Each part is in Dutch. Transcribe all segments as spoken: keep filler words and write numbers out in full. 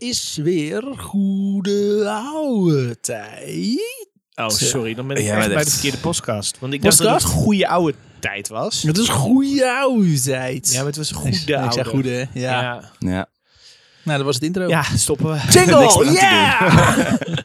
is weer goede oude tijd. Oh, sorry. Dan ben ik Ja, echt bij echt... de verkeerde podcast. Want ik Podcast? dacht dat het goede oude tijd was. Het is goede oude tijd. Ja, maar het was goede Nee, oude. ik zeg goede, ja. ja. Ja. Ja. Nou, dat was het intro. Ja, stoppen we. Jingle, Niks meer aan te yeah!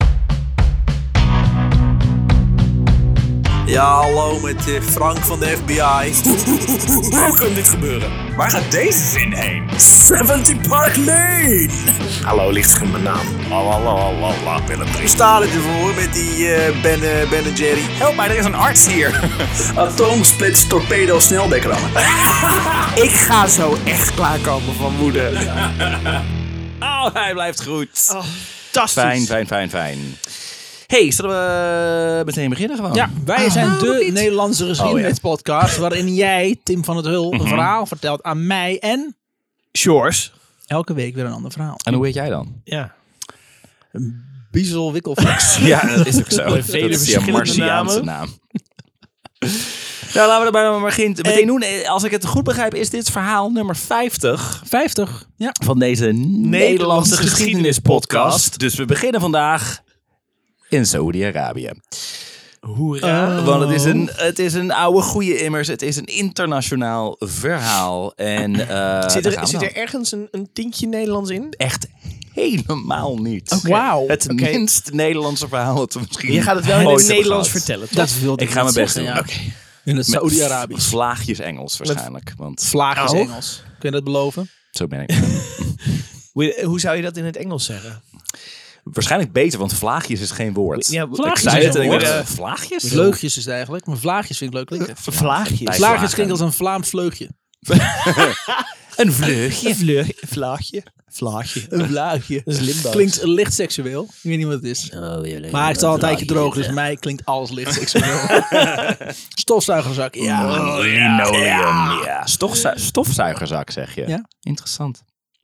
Ja, hallo met uh, Frank van de F B I. Hoe kan dit gebeuren? Waar gaat deze zin heen? zeventig Park Lane. Hallo, ligt geen banaan. Lalalala, Willem Hoe staat het ervoor met die uh, Ben, uh, Ben en Jerry? Help mij, er is een arts hier. Atoomsplits torpedo sneldekker. Ik ga zo echt klaarkomen van moeder. Oh, hij blijft goed. Oh, fantastisch. Fijn, fijn, fijn, fijn. Hey, zullen we meteen beginnen gewoon? Ja, wij zijn de Nederlandse geschiedenispodcast waarin jij, Tim van het Hul, een verhaal vertelt aan mij en Shores. elke week weer een ander verhaal. En hoe heet jij dan? Ja. Biezel Wikkelflex. Ja, dat is ook zo. Met vele dat is die verschillende Martiaanse naam. Nou, laten we er maar, maar begin, meteen doen. Als ik het goed begrijp, is dit verhaal nummer vijftig vijftig, ja. van deze Nederlandse, Nederlandse geschiedenispodcast. Dus we beginnen vandaag in Saudi-Arabië. Hoera. Want het is, een, het is een oude goeie immers. Het is een internationaal verhaal. En, uh, Zit daar gaan er, we zit dan. er ergens een, een tientje Nederlands in? Echt helemaal niet. Okay. Wauw. Het Oké. minst Nederlandse verhaal dat we misschien Je gaat het wel in ooit het hebben Nederlands gehad. vertellen, toch? Dat wilde Ik ga mijn net best doen. zeggen, Oké. ja. In het Met Saudi-Arabisch. Vlaagjes Engels waarschijnlijk. Want Vlaagjes Oh. Engels. Kun je dat beloven? zo ben ik. Hoe, hoe zou je dat in het Engels zeggen? Waarschijnlijk beter, want vlaagjes is geen woord. Ja, ik vlaagjes zei is het en een ik dacht, woord. uh, vlaagjes? Vleugjes is het eigenlijk, maar vlaagjes vind ik leuk klinken. Vlaagjes. Bij Vlaagjes vlagen. klinkt als een Vlaams vleugje. Een vleugje. Een vleug, vlaagje. Vlaagje. Een vlaagje. Dat is limbo. Klinkt licht seksueel. Ik weet niet wat het is. Maar ik sta al een tijdje droog, dus mij klinkt alles licht seksueel. Stofzuigerzak, ja. Oh, linoleum. Ja. Stofzu- stofzuigerzak zeg je. Ja. Interessant.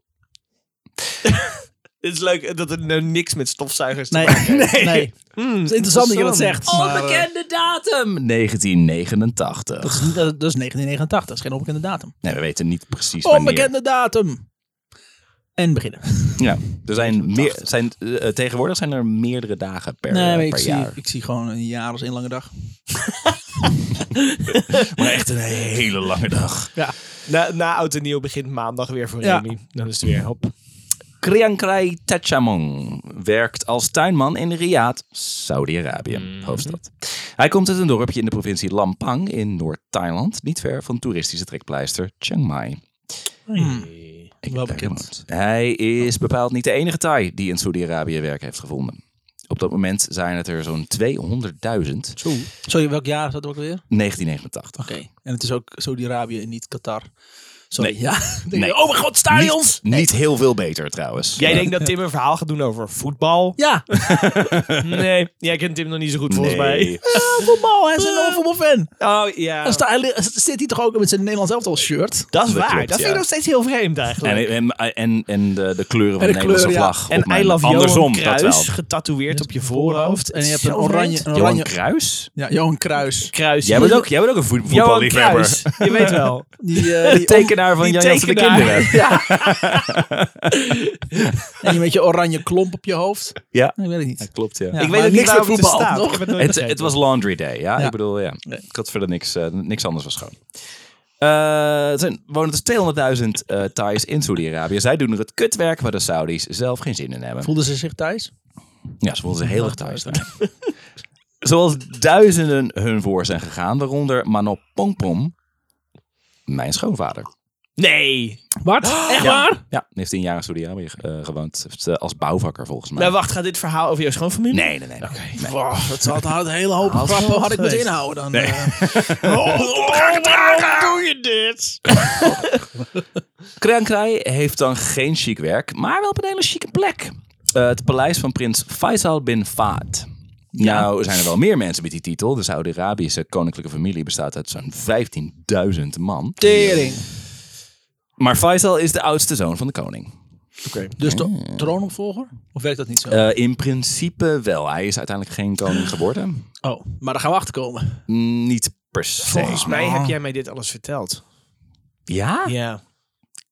Het is leuk dat het nou niks met stofzuigers te Nee, maken heeft. nee. nee. Hmm, Het is interessant dat je dat zegt. maar, eh, Onbekende datum. negentien negenentachtig. Dat is, dat, dat is negentien negenentachtig, dat is geen onbekende datum. Nee, we weten niet precies wanneer. Onbekende datum. En beginnen. Ja, er zijn meer, zijn, uh, tegenwoordig zijn er meerdere dagen per, Nee, maar per ik, zie, jaar. ik zie gewoon een jaar als één lange dag. Maar echt een hele lange dag. Ja. Na, na Oud en Nieuw begint maandag weer voor Ja. Remy. Dan is het weer hop. Kriankrai Techamong werkt als tuinman in Riyadh, Saudi-Arabië, Mm-hmm. hoofdstad. Hij komt uit een dorpje in de provincie Lampang in Noord-Thailand, niet ver van toeristische trekpleister Chiang Mai. Ik Wel heb daar bekend. gewoond. Hij is bepaald niet de enige Thai die in Saudi-Arabië werk heeft gevonden. Op dat moment zijn het er zo'n tweehonderdduizend. Zo. Sorry, welk jaar is dat ook weer? negentien negenentachtig. Oké. En het is ook Saudi-Arabië en niet Qatar. Sorry. Nee. Ja. Nee. Oh mijn god, stadions! Niet, niet heel veel beter trouwens. Jij denkt dat Tim een verhaal gaat doen over voetbal? Ja. Nee, jij kent Tim nog niet zo goed volgens mij. Nee. Ah, voetbal, hij is een uh, voetbalfan. Oh ja, Dan sta, hij, li- zit hij toch ook met zijn Nederlands elftal shirt? dat is Dat waar. klopt, dat vind ja. ik nog steeds heel vreemd eigenlijk. En, en, en, en de, de kleuren van En de, de Nederlandse kleuren, ja. vlag. En op mijn- I love andersom, Johan dat Cruijff wel. getatoeëerd op je voorhoofd. En je hebt Zo een oranje... vreemd. Een Johan oranje Cruijff? ja, Johan Cruijff. Kruis. Jij bent ook, jij bent ook een voet- Johan voetballiefhebber. Cruijff. Je weet wel. Die, uh, die Tekenaar van die Jan Jansen de tekenaar. Kinderen. En je met je oranje klomp op je hoofd. Ja. Ik weet het niet. Ja, klopt, ja. Ja, Ik maar weet ook niet niks met waarom het er voetbal, staat. toch? Ik heb het nooit Het, begrepen. het was laundry day, ja. Ja. Ik bedoel, ja. Nee. Ik had verder niks, uh, niks anders was schoon. Uh, het zijn, wonen dus tweehonderdduizend uh, Thais in Saudi-Arabië. Zij doen er het kutwerk waar de Saudis zelf geen zin in hebben. Voelden ze zich thuis? Ja, ze voelden zich heel erg thuis daar. Zoals duizenden hun voor zijn gegaan, waaronder Manop Pongpom, mijn schoonvader. Nee. Wat? Echt Ja. waar? Ja, heeft tien jaar in Saudi-Arabië uh, gewoond. Heeft, uh, als bouwvakker volgens mij. Nou wacht, gaat dit verhaal over jouw schoonfamilie? Nee, nee, nee. nee. nee. Wow, dat had, had een hele hoop grappen had ik moeten inhouden dan. Nee. Uh, Oh, waarom doe je dit? Kriankrai heeft dan geen chic werk, maar wel op een hele chique plek. Uh, het paleis van prins Faisal bin Fahd. Ja. Nou zijn er wel meer mensen met die titel. De Saudi-Arabische koninklijke familie bestaat uit zo'n vijftienduizend man. tering. Maar Faisal is de oudste zoon van de koning. Oké. Dus de troonopvolger? Of werkt dat niet zo? Uh, in principe wel. Hij is uiteindelijk geen koning geworden. oh, maar daar gaan we achter komen. Mm, niet per se. Volgens mij heb jij mij dit alles verteld. Ja? Ja.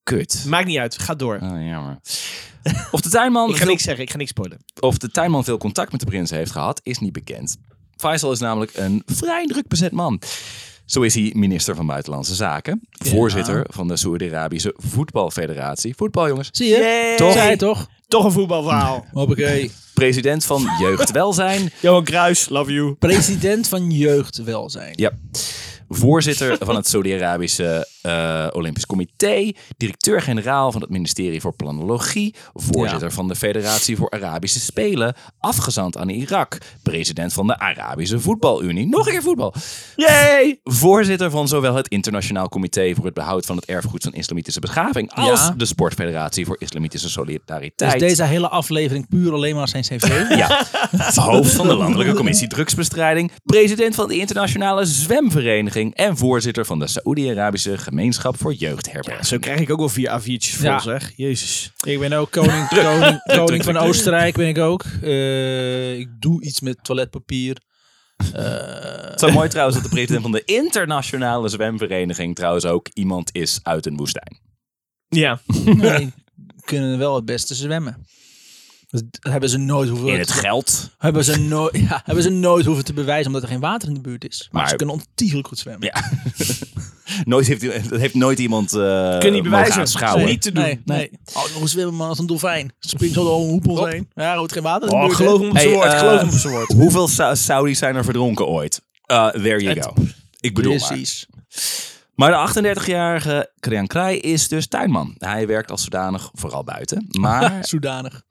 kut. Maakt niet uit, ga door. Oh, jammer. Of de tuinman... Ik ga veel, niks zeggen, ik ga niks spoilen. of de tuinman veel contact met de prins heeft gehad, is niet bekend. Faisal is namelijk een vrij druk bezet man. Zo is hij minister van Buitenlandse Zaken. Ja. Voorzitter van de Saoedi-Arabische Voetbalfederatie. Voetbal, jongens. Zie je? Yay. Toch? Zei je toch? Toch een voetbalverhaal. Hoppakee. President van Jeugdwelzijn. Johan Cruijff, love you. President van Jeugdwelzijn. Ja. Voorzitter van het Saudi-Arabische uh, Olympisch Comité. Directeur-generaal van het ministerie voor Planologie. Voorzitter ja. van de Federatie voor Arabische Spelen. Afgezant aan Irak. President van de Arabische Voetbalunie. Nog een keer voetbal. Yay! Voorzitter van zowel het Internationaal Comité voor het behoud van het erfgoed van islamitische beschaving. Als ja. de Sportfederatie voor Islamitische Solidariteit. Dus deze hele aflevering puur alleen maar zijn cv? Ja. Hoofd van de Landelijke Commissie Drugsbestrijding. President van de Internationale Zwemvereniging. En voorzitter van de Saoedi-Arabische Gemeenschap voor Jeugdherberging. Ja, zo krijg ik ook wel vier A viertjes vol, ja. zeg. Jezus. Ik ben ook koning, koning, koning van Oostenrijk, ben ik ook. Uh, ik doe iets met toiletpapier. Uh... Het is wel mooi trouwens dat de president van de Internationale Zwemvereniging trouwens ook iemand is uit een woestijn. Ja. Nee, kunnen wel het beste zwemmen. Dat hebben ze nooit hoeven in het te, geld. Hebben ze, no- ja, hebben ze nooit hoeven te bewijzen omdat er geen water in de buurt is. Maar, maar ze kunnen ontiegelijk goed zwemmen. Ja. nooit heeft, dat heeft nooit iemand uh, kun je bewijzen schouwen. Niet te doen. Nee, nee. nee. Oh, nog een zwemmen man als een dolfijn. Springt zo door een hoepel heen. Ja, er wordt geen water in de oh, buurt. Geloof hem op zijn hey, woord. Uh, geloof hem op zijn woord. Hoeveel Sa- Saudis zijn er verdronken ooit? Uh, there you Het, go. Ik bedoel precies. maar. Maar de achtendertigjarige Krian Krai is dus tuinman. Hij werkt als zodanig vooral buiten. Maar... Zodanig.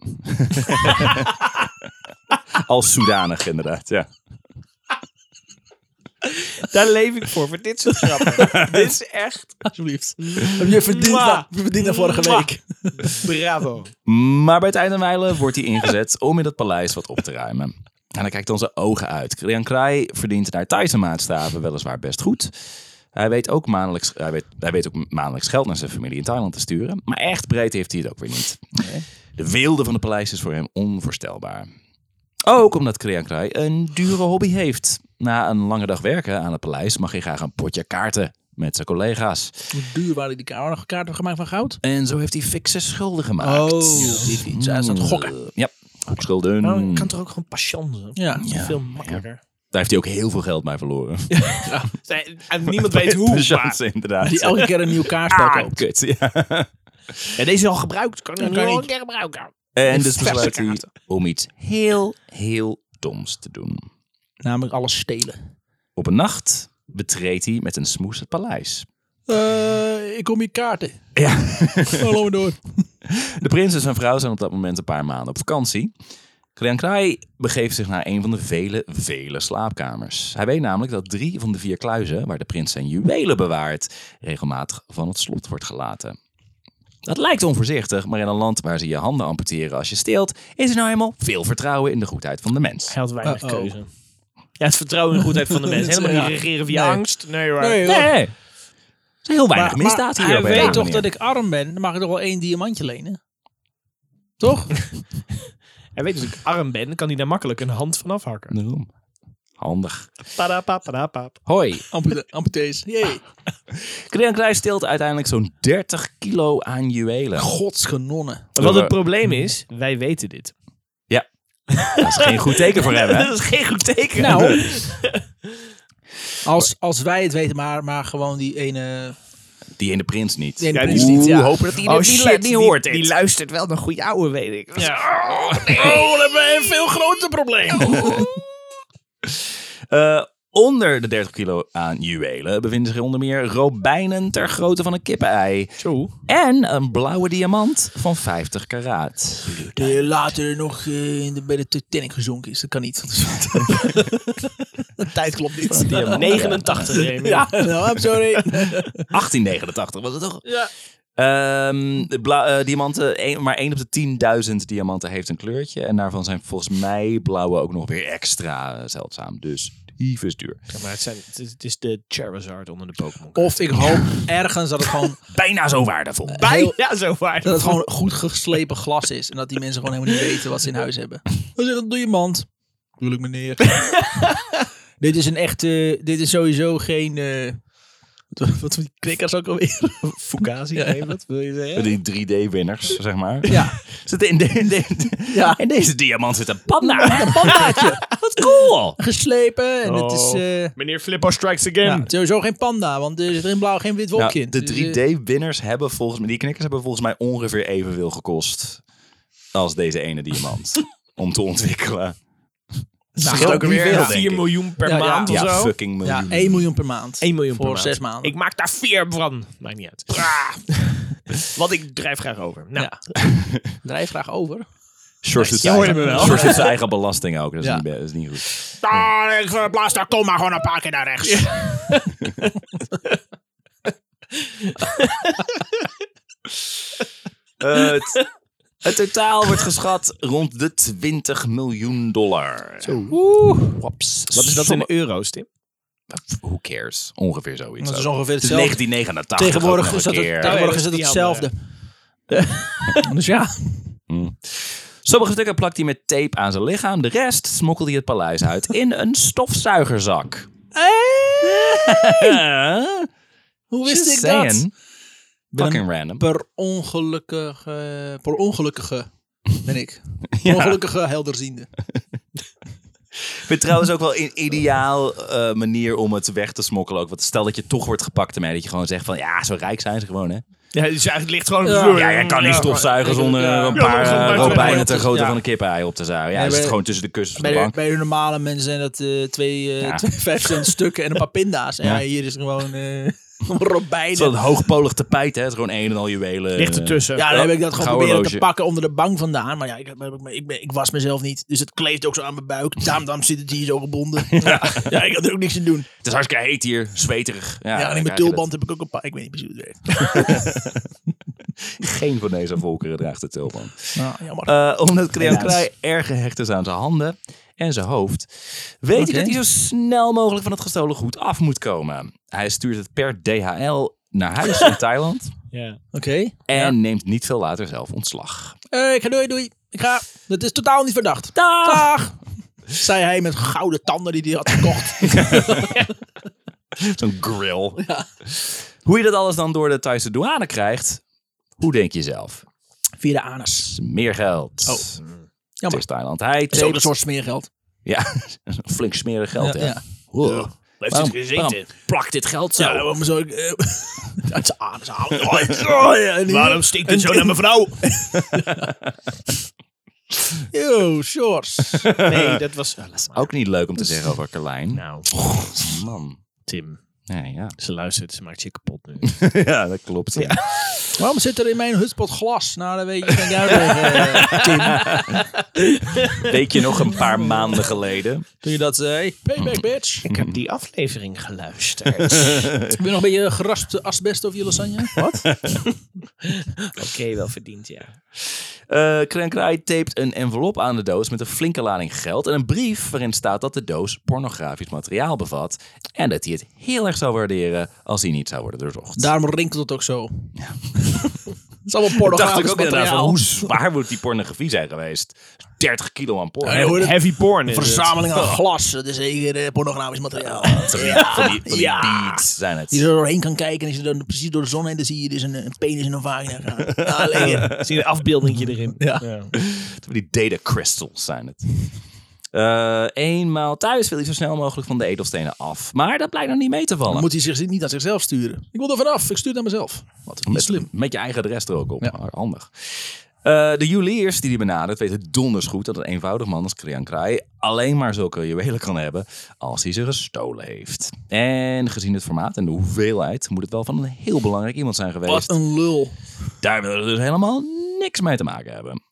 als zodanig, inderdaad, ja. Daar leef ik voor, voor dit soort grappen. Dit is echt... Alsjeblieft. Heb je verdiend, na, verdiend na vorige week. Bravo. Maar bij het einde mijlen wordt hij ingezet om in het paleis wat op te ruimen. En dan kijkt onze ogen uit. Krian Krai verdient naar Thaise maatstaven weliswaar best goed. Hij weet, ook maandelijks, hij, weet, hij weet ook maandelijks geld naar zijn familie in Thailand te sturen. Maar echt breed heeft hij het ook weer niet. Nee. De weelde van het paleis is voor hem onvoorstelbaar. Ook omdat Krian Krai een dure hobby heeft. Na een lange dag werken aan het paleis mag hij graag een potje kaarten met zijn collega's. Hoe duur waren die kaarten? Nog kaarten gemaakt van goud? En zo heeft hij fikse schulden gemaakt. Oh, die fiets. Hij is aan het gokken. Ja, schulden. Nou, je kan toch ook gewoon patiënten? Ja. ja. Veel makkelijker. Ja. Daar heeft hij ook heel veel geld bij verloren. Ja. En niemand weet hoe. Chance, inderdaad. Die elke keer een nieuw kaartspel ah, koopt. Kut, ja. Ja, deze is al gebruikt. Kan ik nog een keer gebruiken. En dus besluit hij om iets heel, heel doms te doen. Namelijk alles stelen. Op een nacht betreedt hij met een smoes het paleis. Uh, ik kom hier kaarten. Ja. Hallo maar door. De prins en zijn vrouw zijn op dat moment een paar maanden op vakantie. Krian Krai begeeft zich naar een van de vele, vele slaapkamers. Hij weet namelijk dat drie van de vier kluizen waar de prins zijn juwelen bewaart regelmatig van het slot wordt gelaten. Dat lijkt onvoorzichtig, maar in een land waar ze je handen amputeren als je steelt, is er nou eenmaal veel vertrouwen in de goedheid van de mens. Hij had weinig Uh-oh. keuze. Ja, het vertrouwen in de goedheid van de mens. Helemaal niet regeren via nee. angst. Nee hoor. Nee, hoor. Nee, er is heel weinig maar, misdaad maar hier. hij bij weet deze toch meneer. dat ik arm ben. Dan mag ik toch wel één diamantje lenen? Toch? Hij weet dat ik arm ben, dan kan hij daar makkelijk een hand van afhakken. Daarom. Handig. Padapapapap. Hoi. Ampute- Amputees. Jee. Krian Krai steelt uiteindelijk zo'n dertig kilo aan juwelen. Godsgenonnen. Wat het probleem is, wij weten dit. Ja. Dat is geen goed teken voor hem, hè? Dat is geen goed teken. Nou, als, als wij het weten, maar, maar gewoon die ene... Die ene prins niet. Die ene Ja, prins die- niet, ja. Oeh, hopen dat hij Oh niet, shit, niet, niet hoort die, dit. die luistert wel naar goede ouwe, weet ik. Ja. Oh, nee. Oh, dan hebben we een veel groter probleem. Uh, onder de dertig kilo aan juwelen bevinden zich onder meer robijnen ter grootte van een kippenei. Zo. En een blauwe diamant van vijftig karaat. Die later nog uh, in de, bij de Titanic gezonken is. Dat kan niet. De tijd klopt niet. negenentachtig. Remy. Ja, nou, I'm sorry. achttien negenentachtig was het toch? Ja. Um, de bla- uh, diamanten, een, maar één op de tienduizend diamanten heeft een kleurtje. En daarvan zijn volgens mij blauwe ook nog weer extra uh, zeldzaam. Dus tyfus duur. Ja, maar het, zijn, het, is, het is de Charizard onder de Pokémon. Of ik hoop ergens dat het gewoon... Bijna zo waardevol. heel- Ja, zo waar. Dat het gewoon goed geslepen glas is. En dat die mensen gewoon helemaal niet weten wat ze in huis hebben. Dan zegt een diamant. Tuurlijk meneer. Dit is een echte... Dit is sowieso geen... Uh, Wat voor die knikkers ook alweer? Fugazi, Ja. nee, wat wil je zeggen? Die drie D-winners, zeg maar. Ja. Zit in, de, in, de- Ja. in deze diamant zit een panda. Een pandaatje. Wat cool. Geslepen. En het is... Oh. eh, Meneer Flippo strikes again. ja, sowieso geen panda, want er zit er in blauw geen wit wolkje Nou, in. de Dus, eh, drie D-winners hebben volgens mij... Die knikkers hebben volgens mij ongeveer evenveel gekost als deze ene diamant. om te ontwikkelen. Nou, scheelt ook niet weer, veel, ja. denk vier ik. miljoen per Ja, ja. maand of Ja, zo. fucking miljoen. Ja, één miljoen per maand. één miljoen per voor maand. zes maanden. Ik maak daar vier van. Maakt niet uit. Ah. Want ik drijf graag over. Nou, Ja. Drijf graag over. Short doet Je hoorde me wel. Short doet zijn eigen belasting ook. Dat is, Ja. niet, be- dat is niet goed. Ah, ik blaas daar kom maar gewoon een paar keer naar rechts. Uh, het, het totaal wordt geschat rond de twintig miljoen dollar. Oeh. Wops. Wat is dat in euro's, Tim? Who cares? Ongeveer zoiets. Dat is ook. ongeveer Het is hetzelfde. negentien negenentachtig. Tegenwoordig ook nog is dat een het, keer. tegenwoordig is Oh, het ja, hetzelfde. Dus ja. Sommige stukken plakt hij met tape aan zijn lichaam. De rest smokkelt hij het paleis uit in een stofzuigerzak. Hoe wist Just ik dat? saying. Ben Fucking een random. Per ongelukkige, per ongelukkige ben ik. Per ongelukkige helderziende. Ik vind trouwens ook wel een ideaal uh, manier om het weg te smokkelen. Ook. Want stel dat je toch wordt gepakt ermee. Dat je gewoon zegt van ja, zo rijk zijn ze gewoon hè. Ja, dus eigenlijk ligt gewoon op de Ja. vloer. Ja, je kan niet stofzuigen zonder Ja. een Ja, paar dan gewoon uh, buiten robijnen weg. ter grootte Ja. van een kippenei op te zuigen. Ja, Nee, is het bij- gewoon tussen de kussens van Bij de de, bank. bij de normale mensen zijn dat uh, twee, uh, Ja. twee vijf cent stukken en een paar pinda's. En ja, Ja. hier is het gewoon uh, Het is robijnen. wel een hoogpolig tapijt, hè? Het is gewoon een en al juwelen. Ligt ertussen. Ja, dan heb ik dat gewoon Gouden proberen te horloge. pakken onder de bank vandaan. Maar ja, ik, ik, ik, ben- ik was mezelf niet. Dus het kleeft ook zo aan mijn buik. Daarom, daarom zit het hier zo gebonden. Ja, ja, ik had er ook niks aan doen. Het is hartstikke heet hier, zweterig. Ja, Ja, en dan in mijn krijg je tulband heb ik ook een paar. Ik weet niet precies hoe het werkt. dat. Geen van deze volkeren draagt de tulband. Nou, jammer. Uh, omdat Creon Helaas. Krij erg gehecht is aan zijn handen en zijn hoofd, weet Oké. hij dat hij zo snel mogelijk van het gestolen goed af moet komen. Hij stuurt het per D H L naar huis in Thailand Ja. Oké. en Ja. neemt niet veel later zelf ontslag. Eh, ik ga doei, doei. Ik ga. Dat is totaal niet verdacht. Dag. Zei hij met gouden tanden die hij had gekocht. Zo'n grill. Hoe je dat alles dan door de Thaise douane krijgt, hoe denk je zelf? Via de anus. Meer geld. Oh. Het Jammer. is Thailand. Hij Dat is ook tapet- een soort smeergeld. Ja, flink smerig geld. Ja, hè? ja. Wow. Heeft Waarom- hij gezeten? waarom plakt dit geld zo? Ja, waarom zou ik uh, uit zijn anus halen? Oh, oh, ja, en hier- Waarom stinkt het zo naar mijn vrouw? Yo, shorts. Nee, dat was... Ah, laat maar. Ook niet leuk om te zeggen over Carlijn. Nou, Man. Tim. Nee, ja. Ze luistert, ze maakt je kapot nu. ja, dat klopt. Ja. Waarom zit er in mijn hutspot glas? Nou, dat weet je, kan ik uitleggen, Tim. Weet je nog een paar maanden geleden? Toen je dat zei. Payback, bitch. Ik heb die aflevering geluisterd. Heb je nog een beetje geraspte asbest over je lasagne? Wat? Oké, wel verdiend, ja. Uh, Kren Kraai tapet een envelop aan de doos met een flinke lading geld en een brief waarin staat dat de doos pornografisch materiaal bevat en dat hij het heel erg zou waarderen als hij niet zou worden doorzocht. Daarom rinkelt het ook zo. Ja. Het is allemaal dacht pornografisch ik ook inderdaad van materiaal. hoe zwaar moet die pornografie zijn geweest? dertig kilo aan porno. Ja, je hoort het. Heavy porn is Een het. verzameling aan glas. Dat is zeker eh, pornografisch materiaal. Van die, van die, van die Ja. beads zijn het. Die er doorheen kan kijken en als je dan precies door de zon heen, dan zie je dus een, een penis in een vagina gaan. Ja, lekker. Zie je een afbeeldingje erin. Ja. Van die data crystals zijn het. Uh, eenmaal thuis wil hij zo snel mogelijk van de edelstenen af. Maar dat blijkt nog niet mee te vallen. Dan moet hij zich niet aan zichzelf sturen. Ik wil er vanaf. Ik stuur het naar mezelf. Wat niet met, slim. met je eigen adres er ook op. Ja. Handig. Uh, de juweliers die hij benadert weten donders goed dat een eenvoudig man als Creon Kraai alleen maar zulke juwelen kan hebben als hij ze gestolen heeft. En gezien het formaat en de hoeveelheid moet het wel van een heel belangrijk iemand zijn geweest. Wat een lul. Daar willen we dus helemaal niks mee te maken hebben.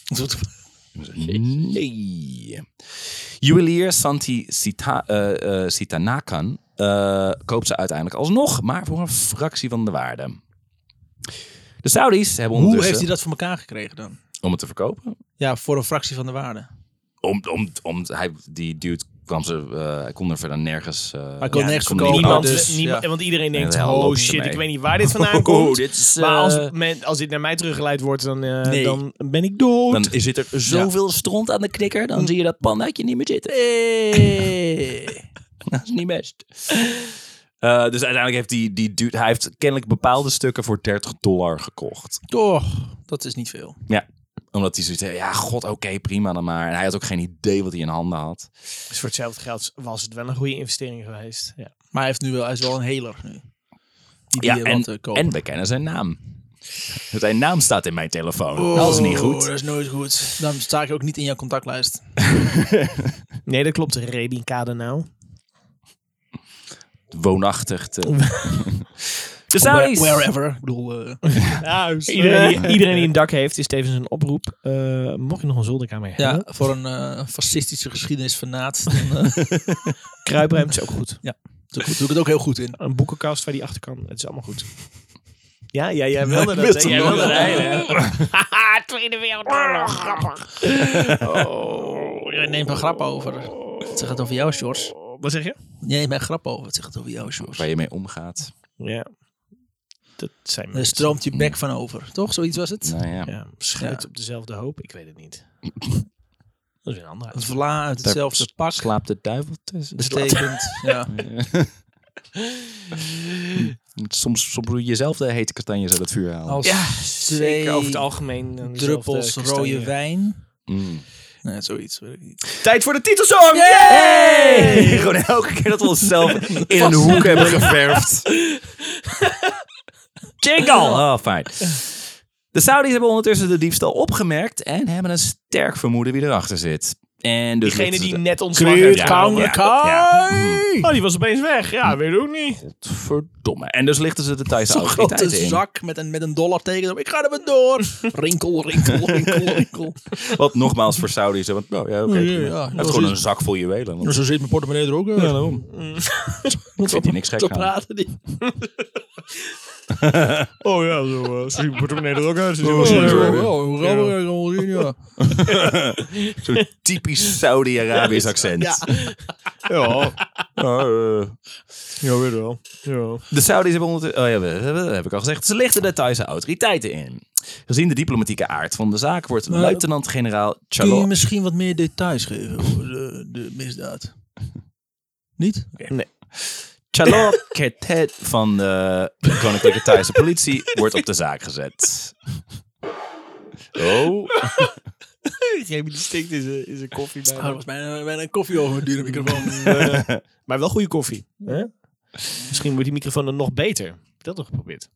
Nee. Juwelier Santi Sita, uh, uh, Sitanakan uh, koopt ze uiteindelijk alsnog, maar voor een fractie van de waarde. De Saudis hebben Hoe ondertussen... heeft hij dat voor elkaar gekregen dan? Om het te verkopen? Ja, voor een fractie van de waarde. Om, om, om, hij, die dude kwam ze... Uh, hij kon er verder nergens... Uh, Hij kon ja, nergens kon verkopen. Niemand, dus, niemand, ja. Want iedereen denkt, En de hel oh lopen ze shit, mee. ik weet niet waar dit vandaan Oh, komt. dit is, maar als, uh, men, als dit naar mij teruggeleid wordt, dan, uh, Nee. dan ben ik dood. Dan zit er zoveel stront aan de knikker, dan zie je dat pandaatje niet meer zitten. Hey. Dat is niet best. Uh, dus uiteindelijk heeft die, die dude, hij heeft kennelijk bepaalde stukken voor dertig dollar gekocht. Toch, dat is niet veel. Ja, omdat hij zoiets, ja, god, oké, okay, prima dan maar. En hij had ook geen idee wat hij in handen had. Dus voor hetzelfde geld was het wel een goede investering geweest. Ja. Maar hij, heeft nu wel, hij is wel een heler nu. Die ja, die en, wat, uh, en we kennen zijn naam. Zijn naam staat in mijn telefoon. Oh, dat is niet goed. Dat is nooit goed. Dan sta ik ook niet in jouw contactlijst. Nee, dat klopt. Rebien Kade nou. Woonachtig te... De Saudis. Wherever. Ik bedoel... Uh... ja, iedereen, die, iedereen die een dak heeft, is tevens een oproep. Uh, mocht je nog een zolderkamer hebben. Ja, voor een uh, fascistische geschiedenis fanaat. Dan, uh... Kruipruimte is ook goed. Ja, doe, doe ik het ook heel goed in. Een boekenkast waar die achter kan. Het is allemaal goed. Ja, ja, jij wilde ja, dat. Jij wilde rijden. Tweede Wereldoorlog, grappig. Oh, je neemt een grap over. Het gaat over jou, Sjors. Wat zeg je? Jij neemt een grap over. Het gaat over jou, Sjors. Waar je mee omgaat. Ja. Dat zijn er stroomt je bek van over, toch? Zoiets was het? Nou ja. ja schuit ja. op dezelfde hoop. Ik weet het niet. Dat is weer een andere. Het vla uit hetzelfde Daar pak. Slaapt de duivel tussen. Bestekend, ja. Soms, soms doe je jezelf de hete kastanjes uit het vuur halen. Als ja, zeker over het algemeen. Druppels rode wijn. Mm. Nee, zoiets. Weet ik niet. Tijd voor de titelsong! Yay! Yay! Gewoon elke keer dat we onszelf in een hoek hebben geverfd. Jingle! Oh, fijn. De Saudis hebben ondertussen de diefstal opgemerkt en hebben een sterk vermoeden wie erachter zit. En dus diegene die net ontslag heeft. Ja, ja, ja. Oh, die was opeens weg. Ja, weet ik ook niet. Godverdomme. En dus lichten ze de Thaise autoriteiten in. Zo'n grote zak met een, met een dollar teken. Ik ga er maar door. Rinkel, rinkel, rinkel, rinkel. Wat nogmaals voor Saudis. Want, oh, ja, okay, ja, ja, ja. Hij heeft gewoon een zak vol juwelen. Want... Zo zit mijn portemonnee er ook. Ja, daarom. Ik vind die niks gek aan. Zo praten die. Oh ja, zo uh, ziet mijn portemonnee er ook uit. Oh, hoe grappig ja. Zo'n typisch Saudi-Arabisch accent. Ja. Ja. Ja, uh. ja, weet wel. Ja. De Saudis hebben ondertussen... Oh ja, dat heb ik al gezegd. Ze lichten de Thaise autoriteiten in. Gezien de diplomatieke aard van de zaak wordt uh, luitenant-generaal Charlo... Kun je misschien wat meer details geven over de, de misdaad? Niet? Okay. Nee. Charlo Kertet van de Koninklijke Thaise politie wordt op de zaak gezet. Oh... Geen die stinkt in zijn, in zijn koffie. Bijna. Oh, dat was bijna, bijna een koffie over een dure microfoon. uh, maar wel goede koffie. Huh? Misschien wordt die microfoon dan nog beter. Heb je dat nog geprobeerd?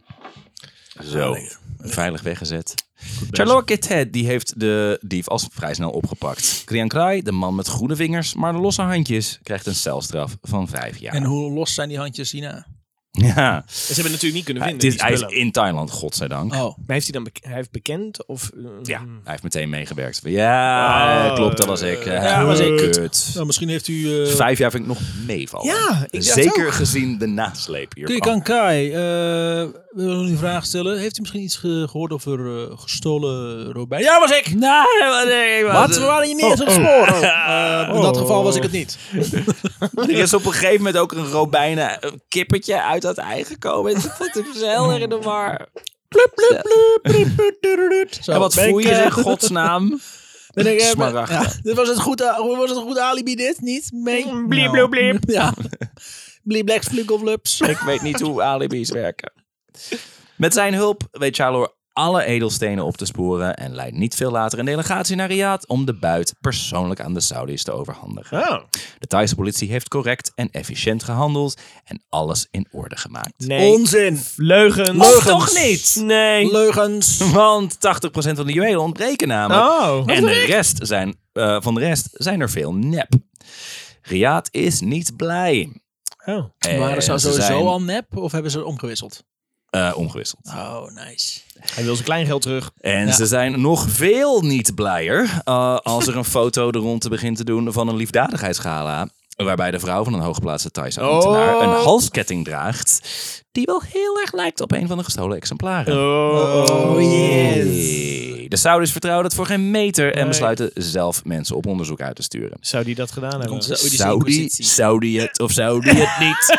Zo, veilig weggezet. Charlotte Kitted die heeft de dief als vrij snel opgepakt. Krian Krai, de man met groene vingers, maar de losse handjes, krijgt een celstraf van vijf jaar. En hoe los zijn die handjes hierna? Ja. Ze hebben natuurlijk niet kunnen vinden. Hij, is, hij is in Thailand, godzijdank. Oh. Maar heeft hij dan bek- hij heeft bekend? Of, uh, ja, hij heeft meteen meegewerkt. Ja, oh, klopt, dat was ik. Uh, ja, was ik. Kut. Nou, misschien heeft u... Uh... Vijf jaar vind ik nog meevallen. Ja, ik zeker ook. gezien de nasleep hiervan. Krian Krai, uh, we willen u een vraag stellen. Heeft u misschien iets ge- gehoord over uh, gestolen robijnen? Ja, was ik! Nee, nee, wat? We waren hier niet eens op het spoor. Oh. Uh, in dat geval was ik het niet. Er is op een gegeven moment ook een robijnen een kippetje uit dat ei gekomen. Ik vond het heel erg in de war. Plup, plup, plup, plup, plup. En wat voel je in godsnaam? Ben ik, Smaragd. Ja, dit was het goed, was het een goed alibi dit? Niet? Mee? Bliep, bliep, bliep. Ja. Bliep, bleks, flukkelflups. Ik weet niet hoe alibis werken. Met zijn hulp weet Charlo alle edelstenen op te sporen en leidt niet veel later een delegatie naar Riyadh om de buit persoonlijk aan de Saudis te overhandigen. Oh. De Thaise politie heeft correct en efficiënt gehandeld en alles in orde gemaakt. Nee. Onzin. Leugens. Leugens. Toch niet? Nee. Leugens. Want tachtig procent van de juwelen ontbreken namelijk. Oh. En de rest zijn, uh, van de rest zijn er veel nep. Riyadh is niet blij. Oh. En Waren ze sowieso zijn, al nep of hebben ze omgewisseld? Uh, omgewisseld. Oh, nice. Hij wil zijn kleingeld terug. En Ja. ze zijn nog veel niet blijer uh, als er een foto de ronde begint te doen van een liefdadigheidsgala. Waarbij de vrouw van een hooggeplaatste Thaise ambtenaar Oh. een halsketting draagt. Die wel heel erg lijkt op een van de gestolen exemplaren. Oh, yes. De Saudis vertrouwen het voor geen meter en Nee. besluiten zelf mensen op onderzoek uit te sturen. Zou die dat gedaan hebben? Komt ze- Saudi, Saudi het of Saudi het niet.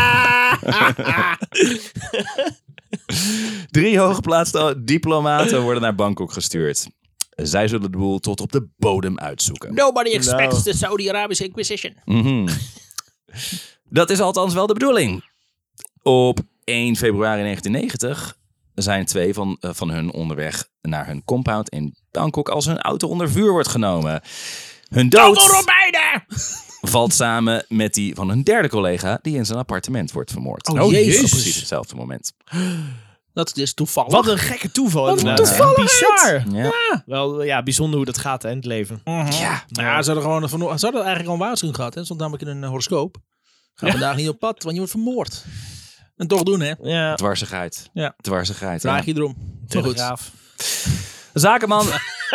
Drie hooggeplaatste diplomaten worden naar Bangkok gestuurd. Zij zullen de boel tot op de bodem uitzoeken. Nobody expects the Saudi-Arabische Inquisition. Mm-hmm. Dat is althans wel de bedoeling. Op één februari negentien negentig zijn twee van, uh, van hun onderweg naar hun compound in Bangkok als hun auto onder vuur wordt genomen. Hun dood valt samen met die van hun derde collega die in zijn appartement wordt vermoord. Oh, jezus. Op precies hetzelfde moment. Dat is toevallig. Wat een gekke toeval. Wat een inderdaad. toevalligheid. Bizar. Ja. Ja. Wel, ja, bijzonder hoe dat gaat hè, in het leven. Uh-huh. Ja. Ja, ze hadden gewoon van, ze hadden eigenlijk al een waarschuwing gehad. Hè? Stond namelijk in een uh, horoscoop. Ga vandaag niet op pad, want je wordt vermoord. En toch doen, hè? Ja. Dwarsigheid. Ja. Dwarsigheid. Vraag Ja. je erom. Maar goed. Telegraaf. Zakenman.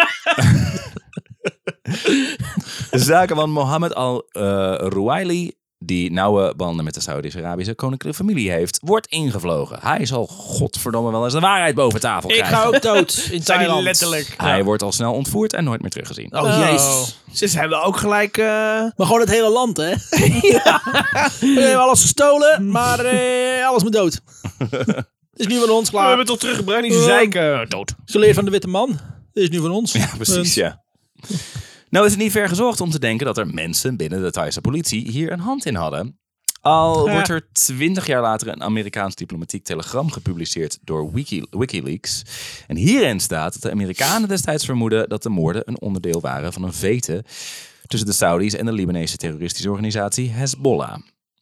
Zakenman Mohammed al-Ruwaili, die nauwe banden met de Saoedisch-Arabische koninklijke familie heeft, wordt ingevlogen. Hij zal godverdomme wel eens de waarheid boven tafel Ik krijgen. ga ook dood in Thailand. letterlijk. Hij wordt al snel ontvoerd en nooit meer teruggezien. Oh, jezus. Ze hebben ook gelijk... Uh... Maar gewoon het hele land, hè? Ja. We hebben alles gestolen, maar eh, alles moet dood. Het is nu van ons, We klaar. hebben het toch teruggebracht, niet zo zeiken. Dood. Geleerd van de witte man. Dit is nu van ons. Ja, precies, ja. Nou is het niet ver gezocht om te denken dat er mensen binnen de Thaise politie hier een hand in hadden. Al Ja. wordt er twintig jaar later een Amerikaans diplomatiek telegram gepubliceerd door Wiki, WikiLeaks. En hierin staat dat de Amerikanen destijds vermoeden dat de moorden een onderdeel waren van een vete tussen de Saudis en de Libanese terroristische organisatie Hezbollah.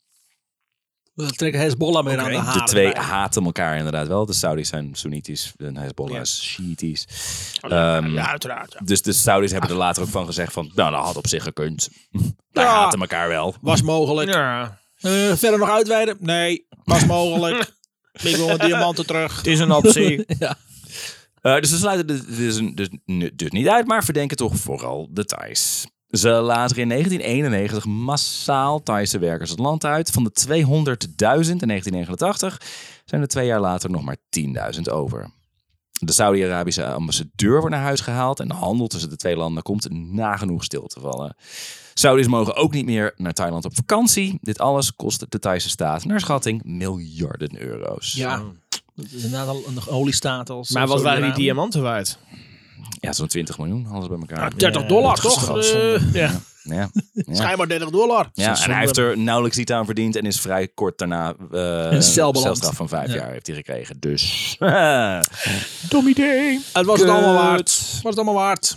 We trekken Hezbollah meer aan de haren. De twee bij. haten elkaar inderdaad wel. De Saudis zijn Soenitisch en Hezbollah is Shiïtisch. Um, Ja, uiteraard. Ja. Dus de Saudis hebben er later ook van gezegd van, nou, dat had op zich gekund. Wij Ja. haten elkaar wel. Was mogelijk. Ja. Uh, verder nog uitweiden? Nee, was mogelijk. Ik wil mijn diamanten terug. Het is een optie. Ja. Uh, dus ze sluiten dus, dus, dus, dus niet uit, maar verdenken toch vooral de Thais. Ze laten in negentien eenennegentig massaal Thaise werkers het land uit. Van de tweehonderdduizend in negentien negenentachtig zijn er twee jaar later nog maar tienduizend over. De Saudi-Arabische ambassadeur wordt naar huis gehaald en de handel tussen de twee landen komt nagenoeg stil te vallen. Saudis mogen ook niet meer naar Thailand op vakantie. Dit alles kost de Thaise staat naar schatting miljarden euro's. Ja. Dat is inderdaad al een oliestaat. Als Maar wat waren die diamanten waard? Ja, zo'n twintig miljoen, alles bij elkaar. Ja, dertig dollar, dat is toch? geschat. Uh, Ja. Ja, ja. Schijnbaar dertig dollar. Ja, en hij heeft er nauwelijks iets aan verdiend en is vrij kort daarna uh, een cel beland. celstraf van vijf Ja. jaar heeft hij gekregen. Dus Dom idee. Het was het allemaal waard. Het was het allemaal waard.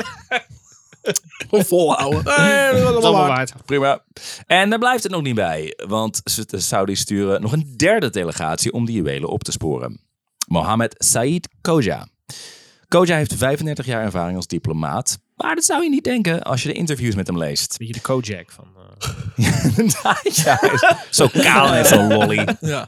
Gewoon volhouden. Nee, dat was het allemaal waard. prima. En daar blijft het nog niet bij, want de Saudis sturen nog een derde delegatie om die juwelen op te sporen. Mohammed Said Khoja. Khoja heeft vijfendertig jaar ervaring als diplomaat, maar dat zou je niet denken als je de interviews met hem leest. Beetje de Kojak van... Uh... Inderdaad, ja, hij is zo kaal en zo lolly. Ja.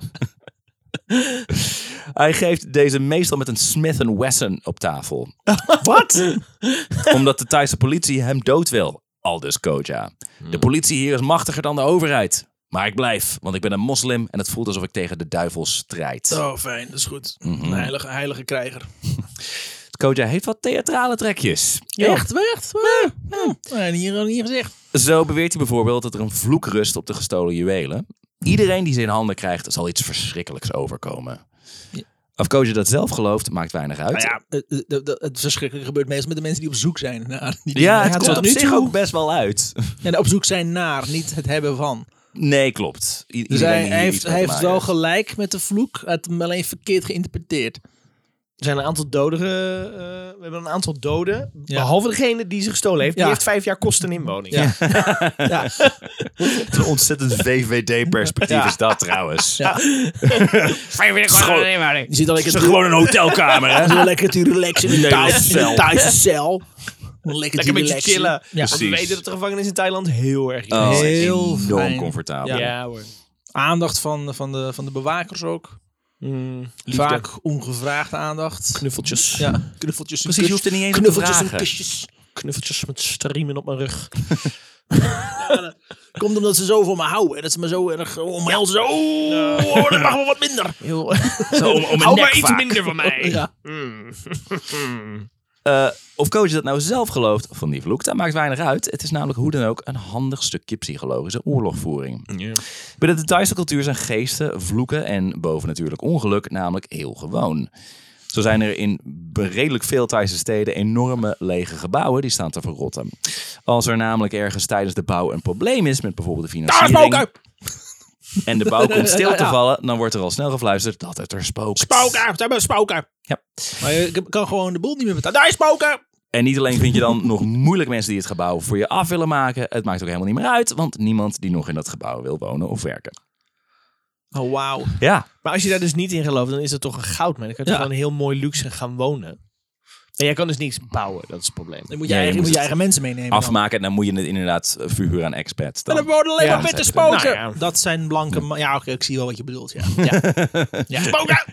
Hij geeft deze meestal met een Smith en Wesson op tafel. Wat? Omdat de Thaise politie hem dood wil. Aldus Khoja. De politie hier is machtiger dan de overheid. Maar ik blijf, want ik ben een moslim en het voelt alsof ik tegen de duivel strijd. Oh, fijn. Dat is goed. Mhm. Een heilige, heilige krijger. Khoja heeft wat theatrale trekjes. Echt? Echt? Ja. Nee, hier niet gezegd. Zo beweert hij bijvoorbeeld dat er een vloek rust op de gestolen juwelen. Iedereen die ze in handen krijgt, zal iets verschrikkelijks overkomen. Ja. Of Khoja dat zelf gelooft, maakt weinig uit. Nou ja, het, het, het, het verschrikkelijke gebeurt meestal met de mensen die op zoek zijn naar. Die ja, het tot komt op nu zich toe- ook best wel uit. En op zoek zijn naar, niet het hebben van. Nee, klopt. I- Dus iedereen hij, die hij hier heeft, iets hij mee heeft te wel maken gelijk met de vloek. Hij heeft hem alleen verkeerd geïnterpreteerd. Er zijn een aantal doden. Uh, we hebben een aantal doden. Ja. Behalve degene die ze gestolen heeft. Die Ja. heeft vijf jaar kosten inwoning. Ja. ja. heeft. Een ontzettend V V D-perspectief Ja. is dat trouwens. Ja. Vijf jaar kosten inwoning. Je ziet al lekker Het is gewoon een hotelkamer, hè? Zo lekker te relaxen in een Thaise cel. cel. Thaise cel. Lekker, Lekker te een beetje relaxen. chillen. Ja. Want we Precies. weten dat de gevangenis in Thailand heel erg is. Oh, Heel enorm fijn. comfortabel. ja. Ja. hoor. Aandacht van, van, de, van de bewakers ook. Mm, Vaak ongevraagde aandacht. knuffeltjes. Ja, knuffeltjes. en Precies, je kus- hoeft er niet eens op te knuffeltjes en vragen. kusjes. Knuffeltjes met striemen op mijn rug. Komt omdat ze zo van me houden. En dat ze me zo erg omhelzen. Oh, dat mag wel wat minder. Heel... Zo, om, om een Hou nek maar iets vaak. minder van mij. Ja. Uh, of Khoja dat nou zelf gelooft van die vloek, dat maakt weinig uit. Het is namelijk hoe dan ook een handig stukje psychologische oorlogvoering. Ja. Binnen de Thaise cultuur zijn geesten, vloeken en bovennatuurlijk ongeluk namelijk heel gewoon. Zo zijn er in redelijk veel Thaise steden enorme lege gebouwen die staan te verrotten. Als er namelijk ergens tijdens de bouw een probleem is met bijvoorbeeld de Daar financiering... smoken! en de bouw komt stil te vallen, dan wordt er al snel gefluisterd dat het er spookt. Spoken, ze hebben spoken. Ja. Maar je kan gewoon de boel niet meer betalen. Daar is spoken! En niet alleen vind je dan nog moeilijk mensen die het gebouw voor je af willen maken. Het maakt ook helemaal niet meer uit, want niemand die nog in dat gebouw wil wonen of werken. Oh, wauw. Ja. Maar als je daar dus niet in gelooft, dan is het toch een goudmijn. Dan kan je Ja. toch gewoon heel mooi luxe gaan wonen. Maar jij kan dus niks bouwen, dat is het probleem. Dan moet je, Ja, je eigen, moet moet je het eigen mensen meenemen. dan. Afmaken en dan moet je het inderdaad verhuren aan expats. En Dan. dan worden alleen Ja, maar witte dat spoken. Nou ja. Dat zijn blanke... ma- Ja, oké, ik zie wel wat je bedoelt. Ja, ja. ja. Spoken!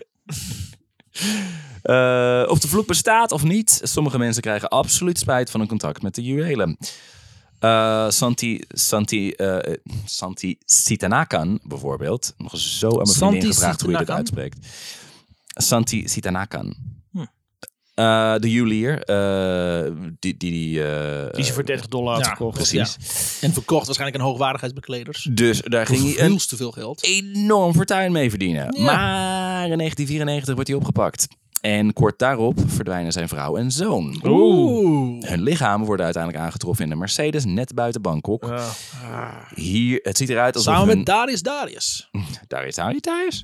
Uh, of de vloek bestaat of niet, sommige mensen krijgen absoluut spijt van een contact met de juwelen. Uh, Santi, Santi, uh, Santi Sitanakan bijvoorbeeld, nog zo aan mijn vriendin Santi gevraagd hoe je dit Sitanakan? uitspreekt. Santi Sitanakan. Hm. Uh, de juwelier, uh, die... die, die, uh, Die ze voor dertig dollar had Ja, gekocht. precies. En verkocht waarschijnlijk aan hoogwaardigheidsbekleders. Dus daar ging hij Veel een te veel geld. enorm fortuin mee verdienen. Ja. Maar in negentien vierennegentig wordt hij opgepakt. En kort daarop verdwijnen zijn vrouw en zoon. Oeh. Hun lichamen worden uiteindelijk aangetroffen in een Mercedes net buiten Bangkok. Ja. Hier, het ziet eruit alsof Samen hun... met Darius Darius. Daar is hij thuis.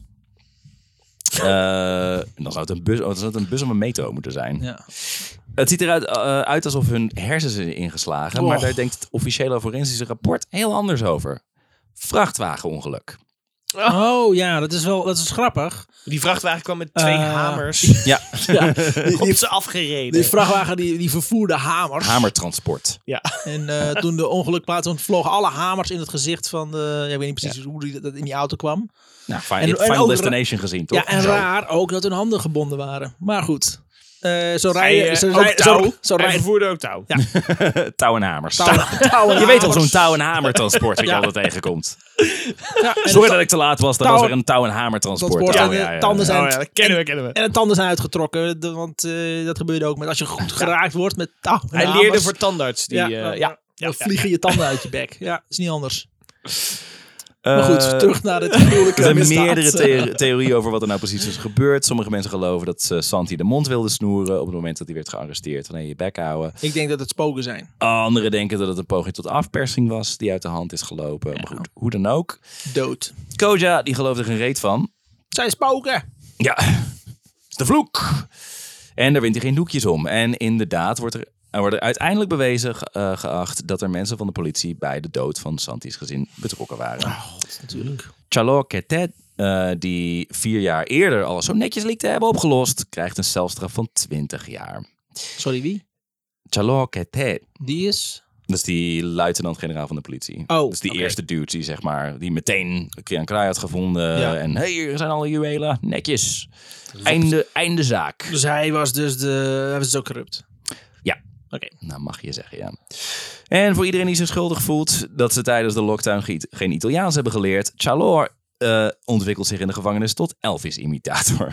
Uh, dan zou het een bus, oh, dan zou het een bus of een metro moeten zijn. Ja. Het ziet eruit uh, uit alsof hun hersens zijn ingeslagen. Och. Maar daar denkt het officiële forensische rapport heel anders over. Vrachtwagenongeluk. Oh ja, dat is wel dat is grappig. Die vrachtwagen kwam met twee Uh, hamers Ja, Ja, die, op die, ze afgereden. die vrachtwagen die, die vervoerde hamers. hamertransport. Ja. En uh, toen de ongeluk plaatsvond, vlogen alle hamers in het gezicht van de... Ja, ik weet niet precies hoe die, dat in die auto kwam. Nou, fi- En- en Final ook ra- Destination gezien, toch? Ja, en Zo. raar ook dat hun handen gebonden waren. Maar goed. Uh, zo Hij, rijden... eh, Zo ook rijden... touw. Zo, zo Hij rijden... vervoerde ook touw. Ja. Touw en hamers. Touw- touw en Je weet al, hamers. zo'n touw- en hamertransport wat je Ja. altijd tegenkomt. Ja, en Sorry de dat ik te laat was, dat touw- was weer een touw- en hamertransport. transport Oh, en ja, de ja, tanden ja. zijn... Oh ja, dat kennen we, kennen we. En de tanden zijn uitgetrokken. de- want uh, dat gebeurde ook met als je goed geraakt wordt met touw en Hij hamers. leerde voor tandarts. Die, Ja, eh, ja, ja. Dan vliegen je tanden uit je bek. Ja, is niet anders. Uh, Maar goed, terug naar het gruwelijke Er zijn misdaad. meerdere the- theorieën over wat er nou precies is gebeurd. Sommige mensen geloven dat uh, Santi de mond wilde snoeren op het moment dat hij werd gearresteerd. Van, hey, je bek houden. Ik denk dat het spoken zijn. Anderen denken dat het een poging tot afpersing was die uit de hand is gelopen. Maar goed, hoe dan ook. Dood. Koja, die geloofde er geen reet van. Zijn spoken. Ja, de vloek. En daar wint hij geen doekjes om. En inderdaad wordt er, er wordt er uiteindelijk bewezen uh, geacht dat er mensen van de politie bij de dood van Santi's gezin betrokken waren. Oh, god, natuurlijk. Chalo Ketet, uh, die vier jaar eerder alles zo netjes leek te hebben opgelost, krijgt een celstraf van twintig jaar. Sorry, wie? Chalo Ketet, Die is... dat is die luitenant-generaal van de politie. Oh, dat is die oké. eerste dude die, zeg maar, die meteen Krian Kraai had gevonden. Ja. En hey, hier zijn alle juwelen, netjes. Einde, einde zaak. Dus hij was dus de... Hij was zo corrupt. Ja. Oké. Nou, mag je zeggen, ja. En voor iedereen die zich schuldig voelt dat ze tijdens de lockdown ge- geen Italiaans hebben geleerd, Chalor uh, ontwikkelt zich in de gevangenis tot Elvis-imitator.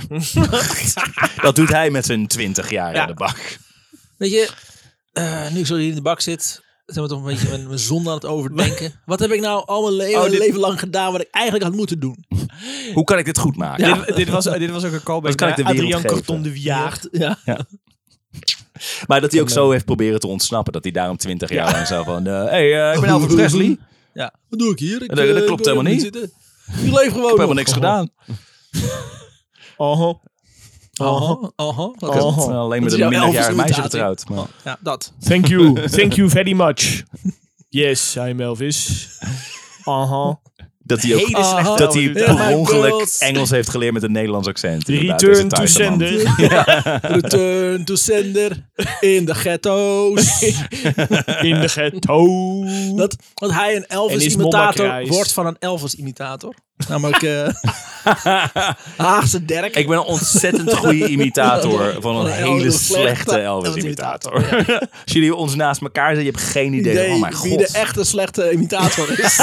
Dat doet hij met zijn twintig jaar Ja. in de bak. Weet je, uh, nu ik zo hier in de bak zit, zijn we toch een beetje mijn, mijn zonde aan het overdenken. Wat heb ik nou al mijn leven, Oh, dit- leven lang gedaan wat ik eigenlijk had moeten doen? Hoe kan ik dit goed maken? Ja. Dit, dit, was, dit was ook een callback Wat kan ik de naar wereld Adrian geven? Carton de Viaar. Ja. Maar dat hij ook zo heeft proberen te ontsnappen. Dat hij daarom twintig jaar lang zo van... Hé, uh, hey, uh, ik ben Elvis Presley. Ja. Wat doe ik hier? Ik, Dat- dat eh, klopt ik wil helemaal niet. zitten. Ik leef gewoon Ik heb helemaal nog. niks gedaan. Oh, Aha, aha. Wat Ik is heb het? alleen Dat met is een jouw minderjarig meisje Elvis-imitatie. getrouwd. Maar... Ja, dat. thank you. Thank you very much. Yes, I'm Elvis. Aha. Dat hij ook Hele slechte Aha. dat hij Elvis. Ja, per my ongeluk girls. Engels heeft geleerd met een Nederlands accent. inderdaad, Return deze to Thaise man. sender. Return to sender in de ghetto's. In de ghetto. Dat, dat hij een En is Mama Elvis-imitator Kruis. wordt van een Elvis-imitator. Namelijk uh, Haagse Dirk. Ik ben een ontzettend goede imitator van een Een hele hele slechte slechte Elvis-imitator. Elvis-imitator, Als jullie ons naast elkaar zijn, je hebt geen idee. idee Oh mijn wie de god. echte slechte imitator is.